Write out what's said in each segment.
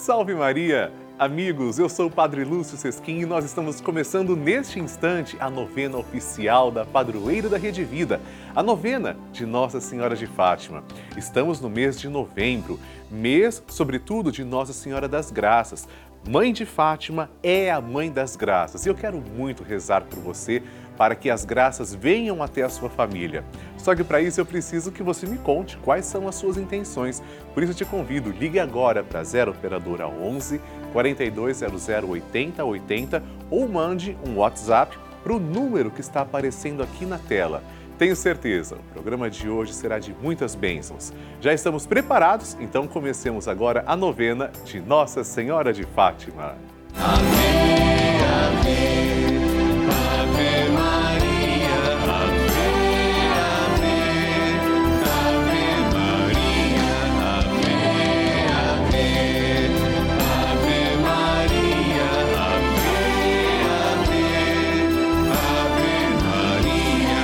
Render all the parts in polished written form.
Salve Maria! Amigos, eu sou o Padre Lúcio Sesquim e nós estamos começando neste instante a novena oficial da Padroeira da Rede Vida, a novena de Nossa Senhora de Fátima. Estamos no mês de novembro, mês, sobretudo, de Nossa Senhora das Graças. Mãe de Fátima é a Mãe das Graças e eu quero muito rezar por você para que as graças venham até a sua família. Só que para isso eu preciso que você me conte quais são as suas intenções. Por isso eu te convido, ligue agora para 0 Operadora 11 4200 8080 ou mande um WhatsApp para o número que está aparecendo aqui na tela. Tenho certeza, o programa de hoje será de muitas bênçãos. Já estamos preparados? Então comecemos agora a novena de Nossa Senhora de Fátima. Amém, amém. Ave Maria, ave, ave. Ave Maria, ave, ave. Ave Maria, ave, ave. Ave Maria.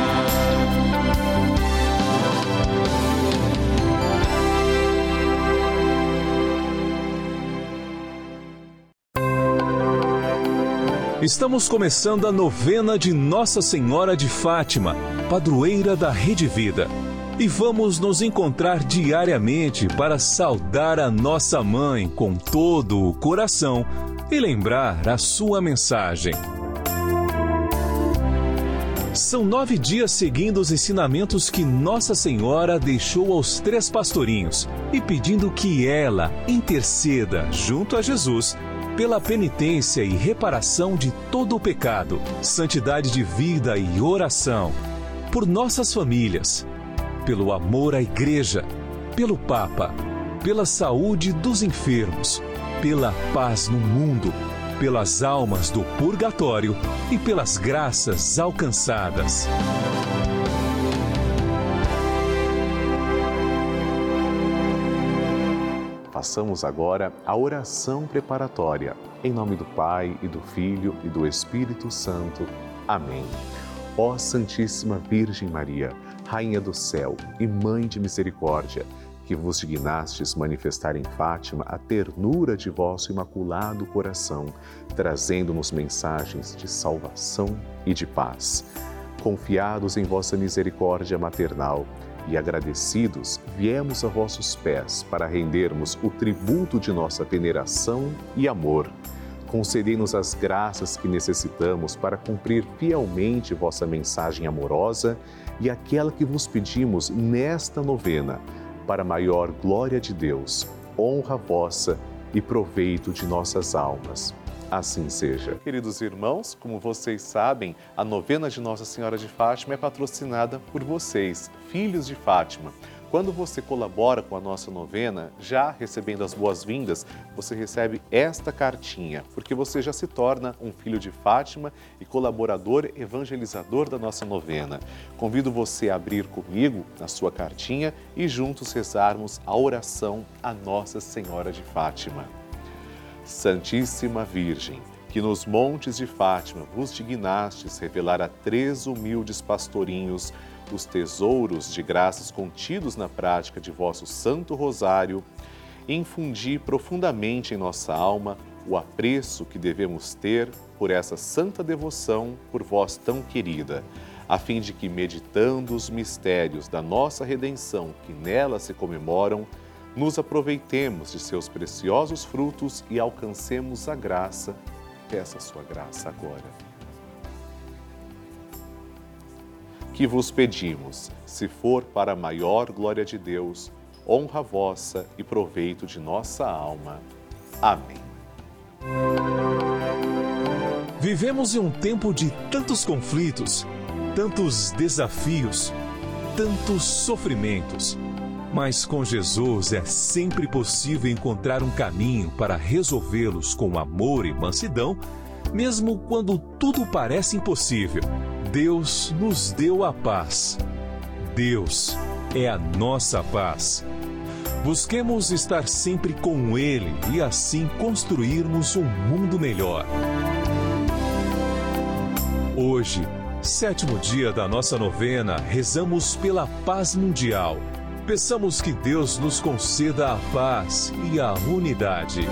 Estamos começando a novena de Nossa Senhora de Fátima, padroeira da Rede Vida. E vamos nos encontrar diariamente para saudar a nossa mãe com todo o coração e lembrar a sua mensagem. São 9 dias seguindo os ensinamentos que Nossa Senhora deixou aos 3 pastorinhos e pedindo que ela interceda junto a Jesus pela penitência e reparação de todo o pecado, santidade de vida e oração, por nossas famílias, pelo amor à Igreja, pelo Papa, pela saúde dos enfermos, pela paz no mundo, pelas almas do purgatório e pelas graças alcançadas. Façamos agora a oração preparatória. Em nome do Pai, e do Filho, e do Espírito Santo. Amém. Ó Santíssima Virgem Maria, Rainha do Céu e Mãe de Misericórdia, que vos dignastes manifestar em Fátima a ternura de vosso imaculado coração, trazendo-nos mensagens de salvação e de paz. Confiados em vossa misericórdia maternal, e agradecidos, viemos a vossos pés para rendermos o tributo de nossa veneração e amor. Concedei-nos as graças que necessitamos para cumprir fielmente vossa mensagem amorosa e aquela que vos pedimos nesta novena, para a maior glória de Deus, honra vossa e proveito de nossas almas. Assim seja. Queridos irmãos, como vocês sabem, a novena de Nossa Senhora de Fátima é patrocinada por vocês, filhos de Fátima. Quando você colabora com a nossa novena, já recebendo as boas-vindas, você recebe esta cartinha, porque você já se torna um filho de Fátima e colaborador evangelizador da nossa novena. Convido você a abrir comigo na sua cartinha e juntos rezarmos a oração a Nossa Senhora de Fátima. Santíssima Virgem, que nos montes de Fátima vos dignastes revelar a 3 humildes pastorinhos os tesouros de graças contidos na prática de vosso Santo Rosário, infundi profundamente em nossa alma o apreço que devemos ter por essa santa devoção por vós tão querida, a fim de que, meditando os mistérios da nossa redenção que nela se comemoram, nos aproveitemos de seus preciosos frutos e alcancemos a graça. Peça a sua graça agora. Que vos pedimos, se for para a maior glória de Deus, honra vossa e proveito de nossa alma. Amém. Vivemos em um tempo de tantos conflitos, tantos desafios, tantos sofrimentos. Mas com Jesus é sempre possível encontrar um caminho para resolvê-los com amor e mansidão, mesmo quando tudo parece impossível. Deus nos deu a paz. Deus é a nossa paz. Busquemos estar sempre com Ele e assim construirmos um mundo melhor. Hoje, 7º dia da nossa novena, rezamos pela paz mundial. Peçamos que Deus nos conceda a paz e a unidade.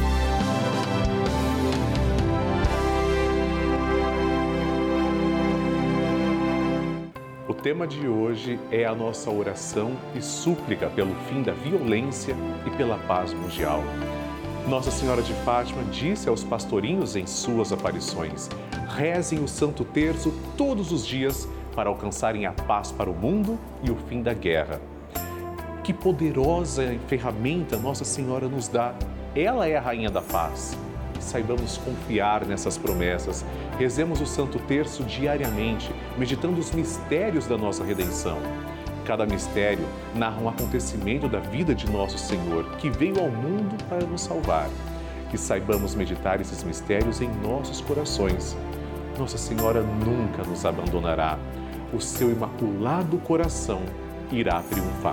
O tema de hoje é a nossa oração e súplica pelo fim da violência e pela paz mundial. Nossa Senhora de Fátima disse aos pastorinhos em suas aparições: rezem o Santo Terço todos os dias para alcançarem a paz para o mundo e o fim da guerra. Que poderosa ferramenta Nossa Senhora nos dá. Ela é a Rainha da Paz. Saibamos confiar nessas promessas. Rezemos o Santo Terço diariamente, meditando os mistérios da nossa redenção. Cada mistério narra um acontecimento da vida de nosso Senhor, que veio ao mundo para nos salvar. Que saibamos meditar esses mistérios em nossos corações. Nossa Senhora nunca nos abandonará. O seu imaculado coração irá triunfar.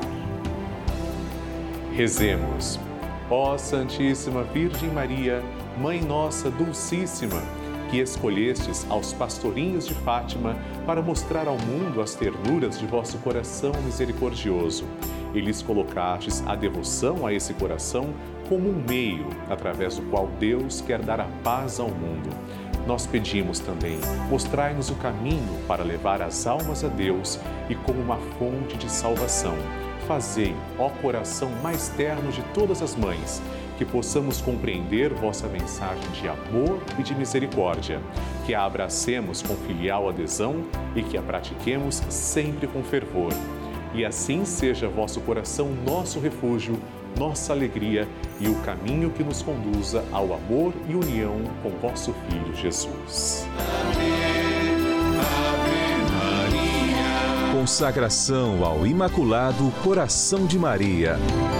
Rezemos. Ó Santíssima Virgem Maria, Mãe Nossa Dulcíssima, que escolhestes aos pastorinhos de Fátima para mostrar ao mundo as ternuras de vosso coração misericordioso, e lhes colocastes a devoção a esse coração como um meio através do qual Deus quer dar a paz ao mundo. Nós pedimos também, mostrai-nos o caminho para levar as almas a Deus e como uma fonte de salvação. Fazei, ó coração mais terno de todas as mães, que possamos compreender vossa mensagem de amor e de misericórdia, que a abracemos com filial adesão e que a pratiquemos sempre com fervor. E assim seja vosso coração nosso refúgio, nossa alegria e o caminho que nos conduza ao amor e união com vosso Filho Jesus. Consagração ao Imaculado Coração de Maria.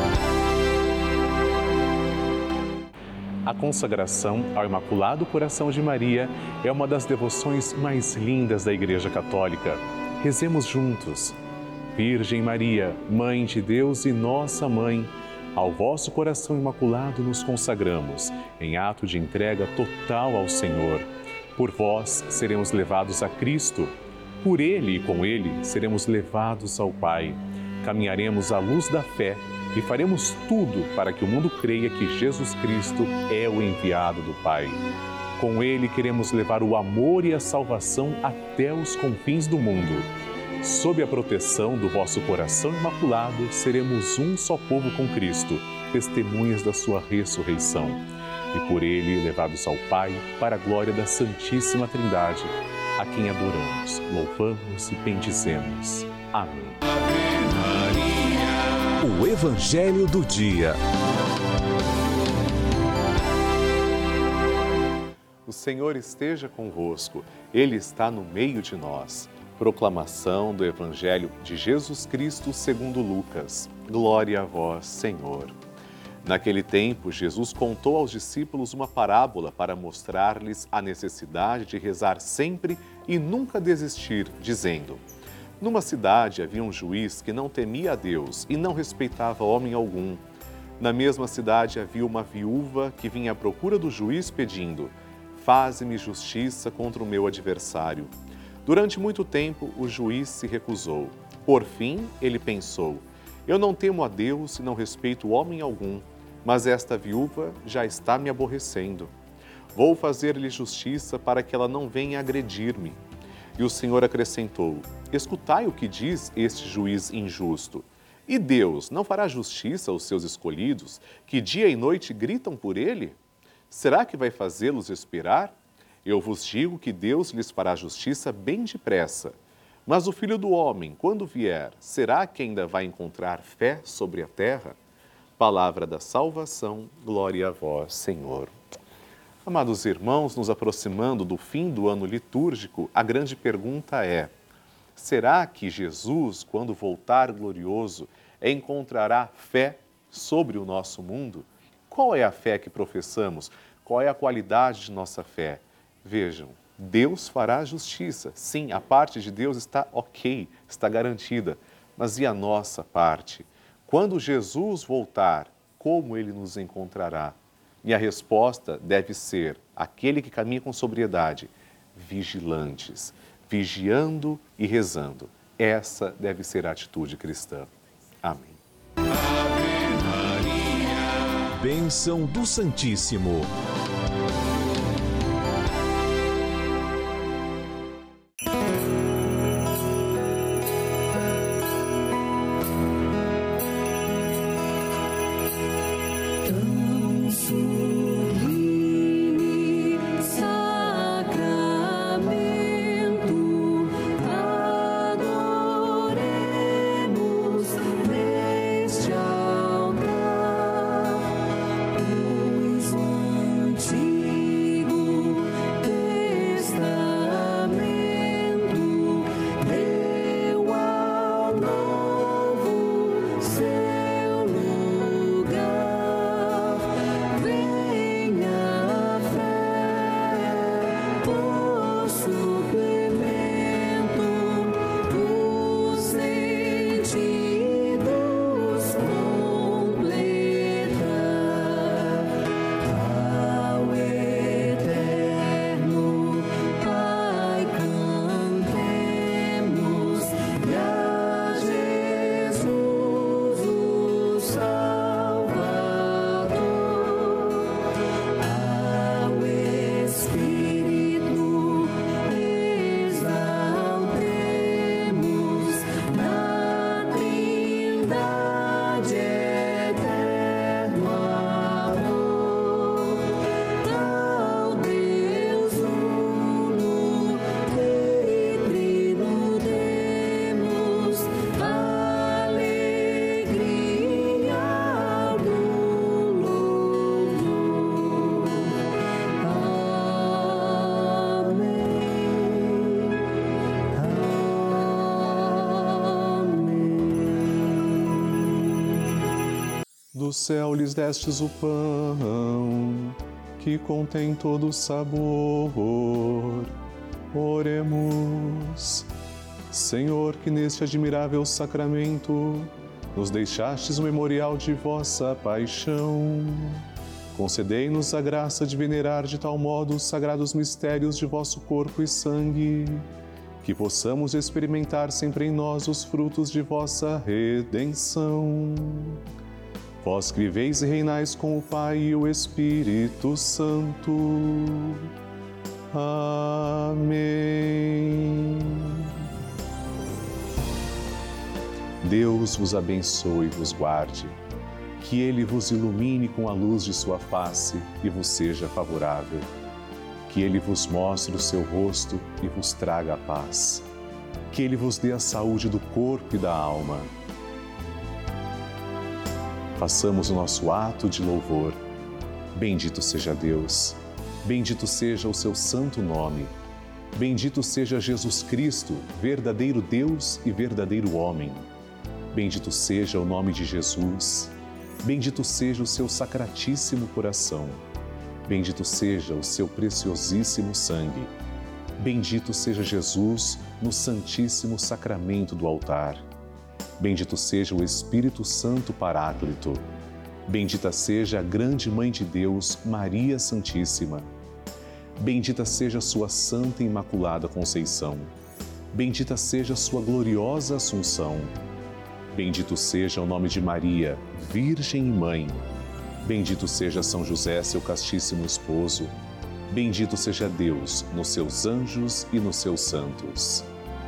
A consagração ao Imaculado Coração de Maria é uma das devoções mais lindas da Igreja Católica. Rezemos juntos. Virgem Maria, Mãe de Deus e nossa Mãe, ao vosso coração imaculado nos consagramos, em ato de entrega total ao Senhor. Por vós seremos levados a Cristo. Por Ele e com Ele seremos levados ao Pai. Caminharemos à luz da fé e faremos tudo para que o mundo creia que Jesus Cristo é o enviado do Pai. Com Ele queremos levar o amor e a salvação até os confins do mundo. Sob a proteção do vosso coração imaculado, seremos um só povo com Cristo, testemunhas da sua ressurreição. E por Ele levados ao Pai, para a glória da Santíssima Trindade, a quem adoramos, louvamos e bendizemos. Amém. O Evangelho do Dia. O Senhor esteja convosco, Ele está no meio de nós. Proclamação do Evangelho de Jesus Cristo segundo Lucas. Glória a vós, Senhor. Naquele tempo, Jesus contou aos discípulos uma parábola para mostrar-lhes a necessidade de rezar sempre e nunca desistir, dizendo: numa cidade havia um juiz que não temia a Deus e não respeitava homem algum. Na mesma cidade havia uma viúva que vinha à procura do juiz pedindo: faze-me justiça contra o meu adversário. Durante muito tempo, o juiz se recusou. Por fim, ele pensou: eu não temo a Deus e não respeito homem algum, mas esta viúva já está me aborrecendo. Vou fazer-lhe justiça para que ela não venha agredir-me. E o Senhor acrescentou: escutai o que diz este juiz injusto. E Deus não fará justiça aos seus escolhidos, que dia e noite gritam por ele? Será que vai fazê-los esperar? Eu vos digo que Deus lhes fará justiça bem depressa. Mas o Filho do Homem, quando vier, será que ainda vai encontrar fé sobre a terra? Palavra da salvação, glória a vós, Senhor. Amados irmãos, nos aproximando do fim do ano litúrgico, a grande pergunta é: será que Jesus, quando voltar glorioso, encontrará fé sobre o nosso mundo? Qual é a fé que professamos? Qual é a qualidade de nossa fé? Vejam, Deus fará justiça. Sim, a parte de Deus está ok, está garantida. Mas e a nossa parte? Quando Jesus voltar, como Ele nos encontrará? E a resposta deve ser: aquele que caminha com sobriedade, vigilantes, vigiando e rezando. Essa deve ser a atitude cristã. Amém. bênção do Santíssimo. Do céu lhes destes o pão, que contém todo o sabor. Oremos. Senhor, que neste admirável sacramento nos deixastes o memorial de vossa paixão, concedei-nos a graça de venerar de tal modo os sagrados mistérios de vosso corpo e sangue, que possamos experimentar sempre em nós os frutos de vossa redenção. Vós que viveis e reinais com o Pai e o Espírito Santo. Amém. Deus vos abençoe e vos guarde, que Ele vos ilumine com a luz de sua face e vos seja favorável, que Ele vos mostre o seu rosto e vos traga a paz, que Ele vos dê a saúde do corpo e da alma. Façamos o nosso ato de louvor. Bendito seja Deus, bendito seja o seu santo nome, bendito seja Jesus Cristo, verdadeiro Deus e verdadeiro homem. Bendito seja o nome de Jesus, bendito seja o seu sacratíssimo coração, bendito seja o seu preciosíssimo sangue, bendito seja Jesus no santíssimo sacramento do altar. Bendito seja o Espírito Santo Paráclito. Bendita seja a grande Mãe de Deus, Maria Santíssima. Bendita seja a sua Santa e Imaculada Conceição. Bendita seja a sua gloriosa Assunção. Bendito seja o nome de Maria, Virgem e Mãe. Bendito seja São José, seu castíssimo esposo. Bendito seja Deus nos seus anjos e nos seus santos.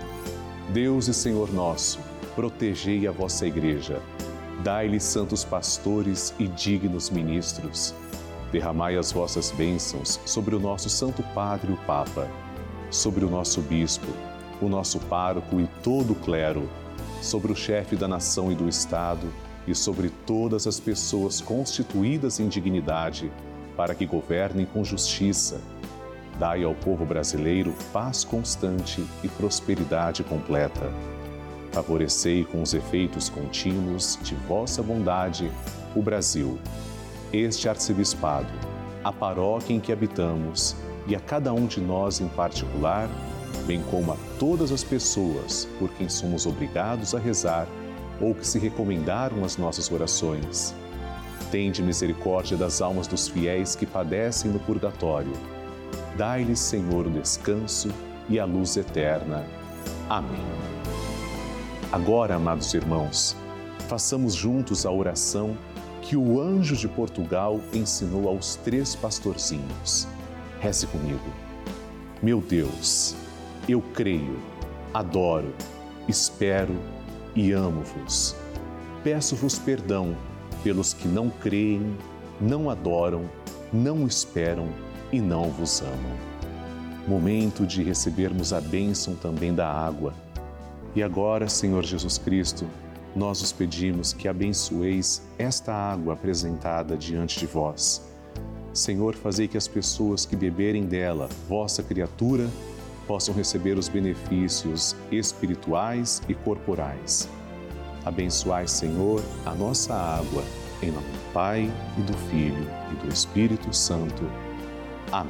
Deus e Senhor nosso, protegei a vossa Igreja, dai-lhe santos pastores e dignos ministros. Derramai as vossas bênçãos sobre o nosso Santo Padre, o Papa, sobre o nosso Bispo, o nosso pároco e todo o clero, sobre o chefe da nação e do Estado e sobre todas as pessoas constituídas em dignidade, para que governem com justiça. Dai ao povo brasileiro paz constante e prosperidade completa. Favorecei com os efeitos contínuos de vossa bondade o Brasil, este arcebispado, a paróquia em que habitamos e a cada um de nós em particular, bem como a todas as pessoas por quem somos obrigados a rezar ou que se recomendaram as nossas orações. Tende misericórdia das almas dos fiéis que padecem no purgatório. Dai-lhes, Senhor, o descanso e a luz eterna. Amém. Agora, amados irmãos, façamos juntos a oração que o anjo de Portugal ensinou aos 3 pastorzinhos. Reze comigo. Meu Deus, eu creio, adoro, espero e amo-vos. Peço-vos perdão pelos que não creem, não adoram, não esperam e não vos amam. Momento de recebermos a bênção também da água. E agora, Senhor Jesus Cristo, nós os pedimos que abençoeis esta água apresentada diante de vós. Senhor, fazei que as pessoas que beberem dela, vossa criatura, possam receber os benefícios espirituais e corporais. Abençoai, Senhor, a nossa água, em nome do Pai, e do Filho, e do Espírito Santo. Amém.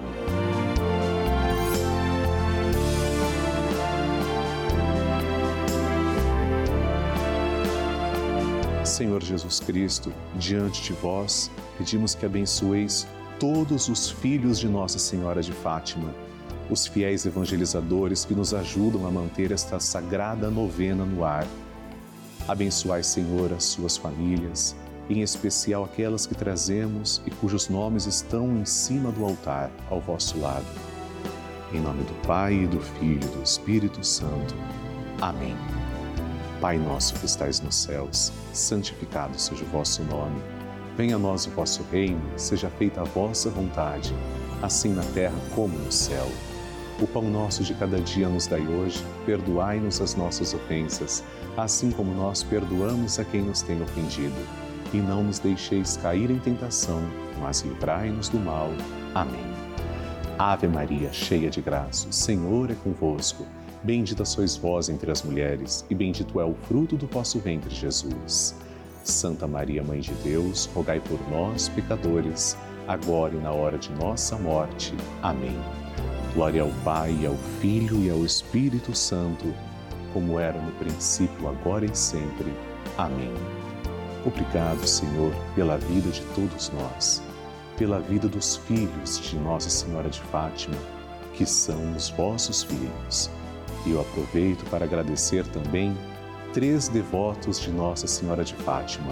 Senhor Jesus Cristo, diante de vós, pedimos que abençoeis todos os filhos de Nossa Senhora de Fátima, os fiéis evangelizadores que nos ajudam a manter esta sagrada novena no ar. Abençoai, Senhor, as suas famílias, em especial aquelas que trazemos e cujos nomes estão em cima do altar, ao vosso lado. Em nome do Pai, e do Filho e do Espírito Santo. Amém. Pai nosso que estais nos céus, santificado seja o vosso nome. Venha a nós o vosso reino, seja feita a vossa vontade, assim na terra como no céu. O pão nosso de cada dia nos dai hoje, perdoai-nos as nossas ofensas, assim como nós perdoamos a quem nos tem ofendido. E não nos deixeis cair em tentação, mas livrai-nos do mal. Amém. Ave Maria, cheia de graça, o Senhor é convosco. Bendita sois vós entre as mulheres, e bendito é o fruto do vosso ventre, Jesus. Santa Maria, Mãe de Deus, rogai por nós, pecadores, agora e na hora de nossa morte. Amém. Glória ao Pai, ao Filho e ao Espírito Santo, como era no princípio, agora e sempre. Amém. Obrigado, Senhor, pela vida de todos nós, pela vida dos filhos de Nossa Senhora de Fátima, que são os vossos filhos. E eu aproveito para agradecer também 3 devotos de Nossa Senhora de Fátima.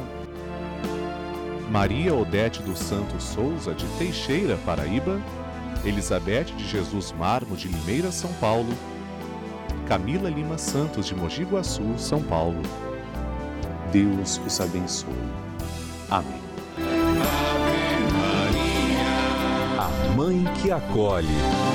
Maria Odete dos Santos Souza, de Teixeira, Paraíba. Elizabeth de Jesus Marmo, de Limeira, São Paulo. Camila Lima Santos, de Mogi Guaçu, São Paulo. Deus os abençoe. Amém. Ave Maria. A Mãe que acolhe.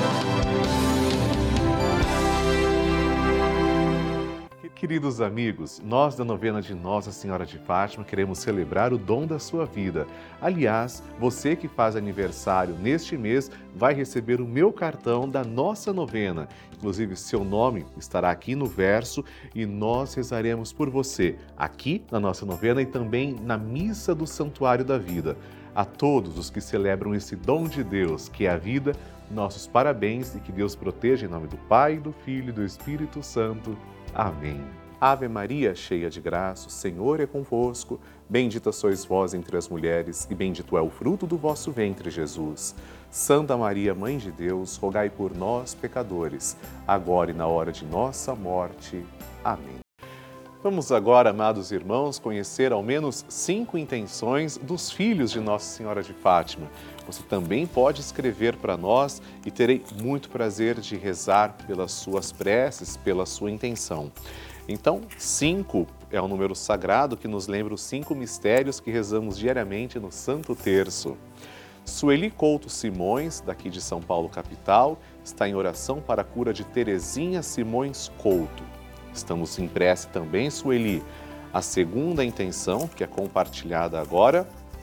Queridos amigos, nós da novena de Nossa Senhora de Fátima queremos celebrar o dom da sua vida. Aliás, você que faz aniversário neste mês vai receber o meu cartão da nossa novena. Inclusive, seu nome estará aqui no verso e nós rezaremos por você, aqui na nossa novena e também na Missa do Santuário da Vida. A todos os que celebram esse dom de Deus, que é a vida, nossos parabéns e que Deus proteja em nome do Pai, do Filho e do Espírito Santo. Amém. Ave Maria, cheia de graça, o Senhor é convosco. Bendita sois vós entre as mulheres, e bendito é o fruto do vosso ventre, Jesus. Santa Maria, Mãe de Deus, rogai por nós, pecadores, agora e na hora de nossa morte. Amém. Vamos agora, amados irmãos, conhecer ao menos 5 intenções dos filhos de Nossa Senhora de Fátima. Você também pode escrever para nós e terei muito prazer de rezar pelas suas preces, pela sua intenção. Então, 5 é um número sagrado que nos lembra os 5 mistérios que rezamos diariamente no Santo Terço. Sueli Couto Simões, daqui de São Paulo, capital, está em oração para a cura de Terezinha Simões Couto. Estamos em prece também, Sueli. A segunda intenção, que é compartilhada agora,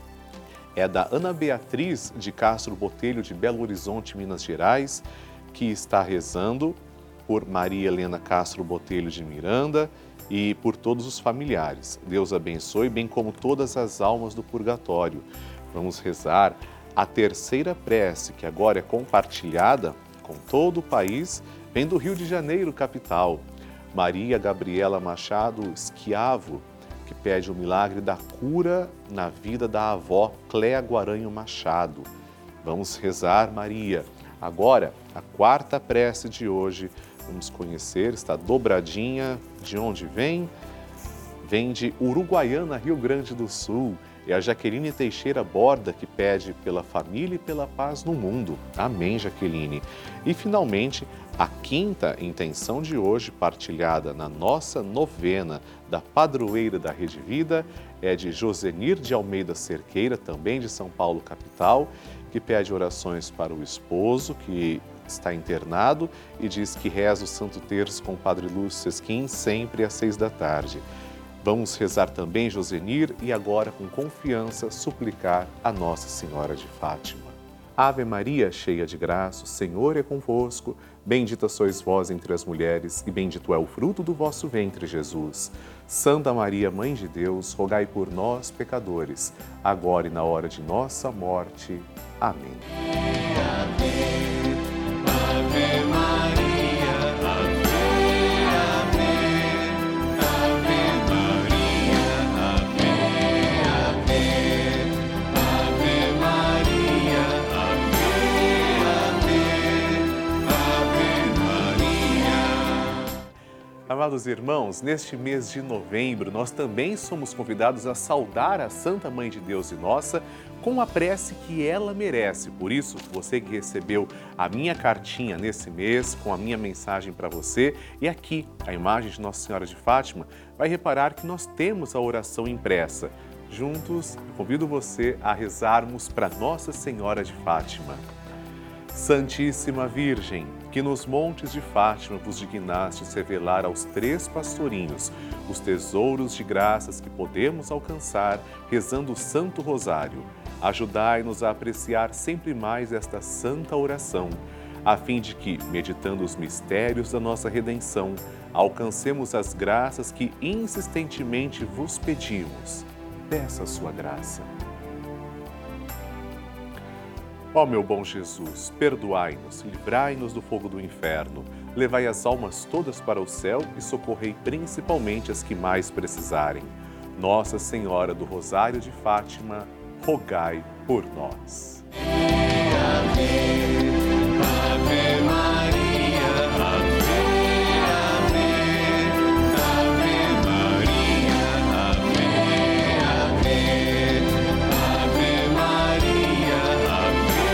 é da Ana Beatriz de Castro Botelho, de Belo Horizonte, Minas Gerais, que está rezando por Maria Helena Castro Botelho de Miranda e por todos os familiares. Deus abençoe, bem como todas as almas do purgatório. Vamos rezar a terceira prece, que agora é compartilhada com todo o país, vem do Rio de Janeiro, capital. Maria Gabriela Machado Schiavo, que pede o milagre da cura na vida da avó Cléa Guaranho Machado. Vamos rezar, Maria. Agora, a quarta prece de hoje, vamos conhecer, está dobradinha. De onde vem? Vem de Uruguaiana, Rio Grande do Sul. É a Jaqueline Teixeira Borda que pede pela família e pela paz no mundo. Amém, Jaqueline. E finalmente, a quinta intenção de hoje, partilhada na nossa novena da Padroeira da Rede Vida, é de Josenir de Almeida Cerqueira, também de São Paulo, capital, que pede orações para o esposo, que está internado, e diz que reza o Santo Terço com o Padre Lúcio Sesquim sempre às 6 da tarde. Vamos rezar também, Josenir, e agora, com confiança, suplicar a Nossa Senhora de Fátima. Ave Maria, cheia de graça, o Senhor é convosco. Bendita sois vós entre as mulheres, e bendito é o fruto do vosso ventre, Jesus. Santa Maria, Mãe de Deus, rogai por nós, pecadores, agora e na hora de nossa morte. Amém. Ave Maria, Ave, Ave, Ave Maria, Ave, Ave, Ave Maria, Ave, Ave, Ave Maria. Amados irmãos, neste mês de novembro, nós também somos convidados a saudar a Santa Mãe de Deus e nossa com a prece que ela merece. Por isso, você que recebeu a minha cartinha nesse mês, com a minha mensagem para você, e aqui a imagem de Nossa Senhora de Fátima, vai reparar que nós temos a oração impressa. Juntos, eu convido você a rezarmos para Nossa Senhora de Fátima. Santíssima Virgem, que nos montes de Fátima vos dignastes revelar aos 3 pastorinhos os tesouros de graças que podemos alcançar rezando o Santo Rosário. Ajudai-nos a apreciar sempre mais esta santa oração, a fim de que, meditando os mistérios da nossa redenção, alcancemos as graças que insistentemente vos pedimos. Peça a sua graça. Ó meu bom Jesus, perdoai-nos, livrai-nos do fogo do inferno, levai as almas todas para o céu e socorrei principalmente as que mais precisarem. Nossa Senhora do Rosário de Fátima, rogai por nós. Ave Maria, Ave, Ave, Ave Maria, Ave, Ave, Ave Maria, Ave,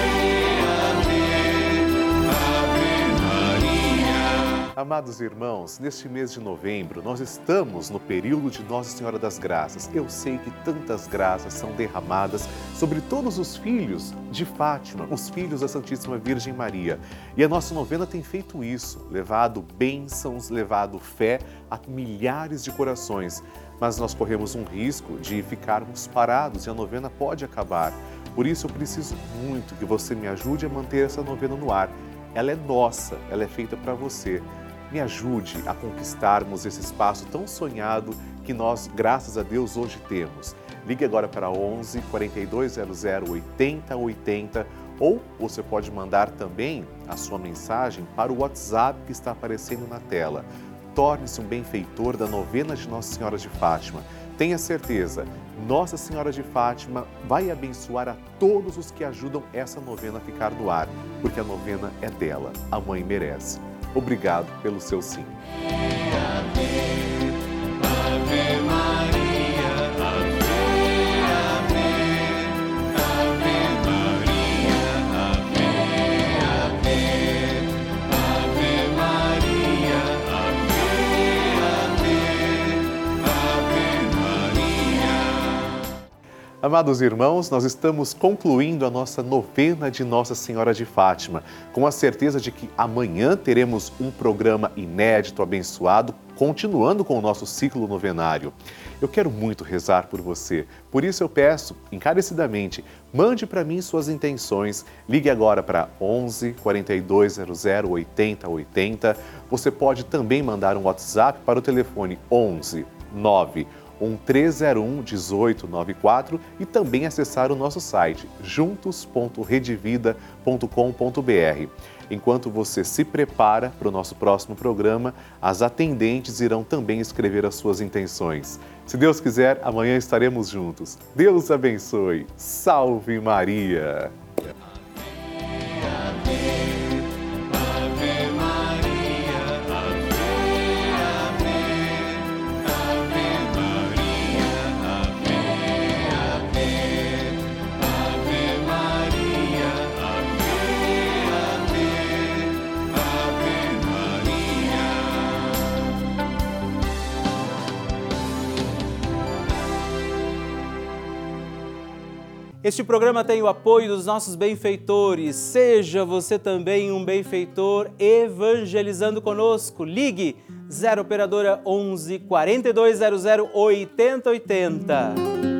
Ave, Ave Maria. Amados irmãos, neste mês de novembro, nós estamos no período de Nossa Senhora das Graças. Eu sei que tantas graças são derramadas sobre todos os filhos de Fátima, os filhos da Santíssima Virgem Maria. E a nossa novena tem feito isso, levado bênçãos, levado fé a milhares de corações. Mas nós corremos um risco de ficarmos parados e a novena pode acabar. Por isso eu preciso muito que você me ajude a manter essa novena no ar. Ela é nossa, ela é feita para você. Me ajude a conquistarmos esse espaço tão sonhado que nós, graças a Deus, hoje temos. Ligue agora para 11 4200 8080 ou você pode mandar também a sua mensagem para o WhatsApp que está aparecendo na tela. Torne-se um benfeitor da novena de Nossa Senhora de Fátima. Tenha certeza, Nossa Senhora de Fátima vai abençoar a todos os que ajudam essa novena a ficar no ar, porque a novena é dela, a mãe merece. Obrigado pelo seu sim. Ave Maria, Ave, Ave, Ave Maria, Ave, Ave, Ave Maria, Ave, Ave, Ave Maria. Amados irmãos, nós estamos concluindo a nossa novena de Nossa Senhora de Fátima, com a certeza de que amanhã teremos um programa inédito, abençoado, continuando com o nosso ciclo novenário. Eu quero muito rezar por você, por isso eu peço, encarecidamente, mande para mim suas intenções. Ligue agora para 11 4200 8080. Você pode também mandar um WhatsApp para o telefone 11 9 1301 1894 e também acessar o nosso site juntos.redevida.com.br. Enquanto você se prepara para o nosso próximo programa, as atendentes irão também escrever as suas intenções. Se Deus quiser, amanhã estaremos juntos. Deus abençoe. Salve Maria! Ave Este programa tem o apoio dos nossos benfeitores. Seja você também um benfeitor evangelizando conosco. Ligue 0 operadora 11 4200 8080.